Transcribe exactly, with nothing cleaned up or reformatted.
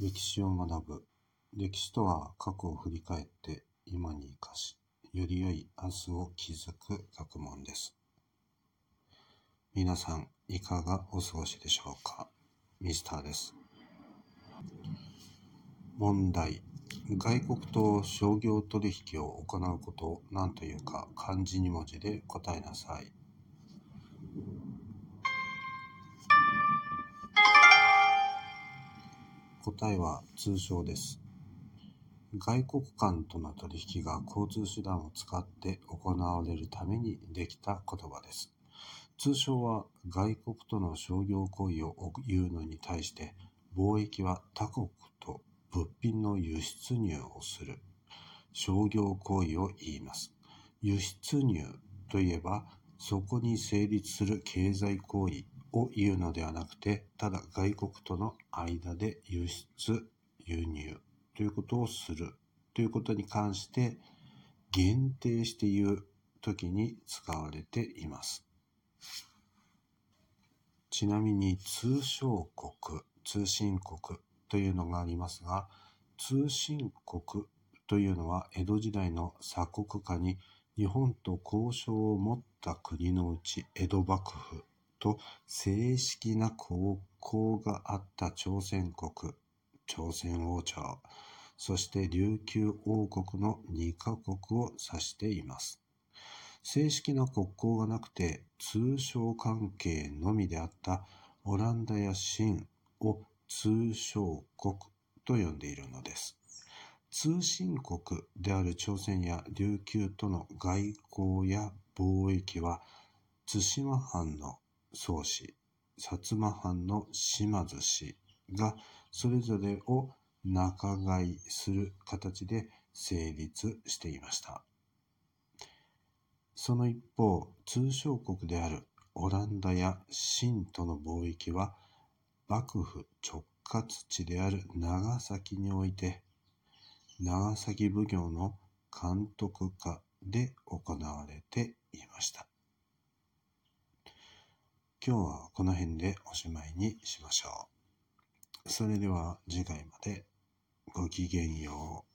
歴史を学ぶ。歴史とは過去を振り返って今に生かし、より良い明日を築く学問です。皆さん、いかがお過ごしでしょうか。ミスターです。問題。外国と商業取引を行うことを何というか漢字に文字で答えなさい。答えは通商です。外国間との取引が交通手段を使って行われるためにできた言葉です。通商は外国との商業行為を言うのに対して、貿易は他国と物品の輸出入をする商業行為を言います。輸出入といえば、そこに成立する経済行為を言うのではなくて、ただ外国との間で輸出、輸入ということをするということに関して限定して言うときに使われています。ちなみに通商国、通信国というのがありますが、通信国というのは江戸時代の鎖国下に日本と交渉を持った国のうち江戸幕府と正式な交交があった朝鮮国、朝鮮王朝、そして琉球王国のにカ国を指しています。正式な国交がなくて通商関係のみであったオランダや清を通商国と呼んでいるのです。通信国である朝鮮や琉球との外交や貿易は対馬藩の宗氏、薩摩藩の島津氏がそれぞれを仲買いする形で成立していました。その一方、通商国であるオランダや清との貿易は幕府直轄地である長崎において長崎奉行の監督下で行われていました。今日はこの辺でおしまいにしましょう。それでは次回までごきげんよう。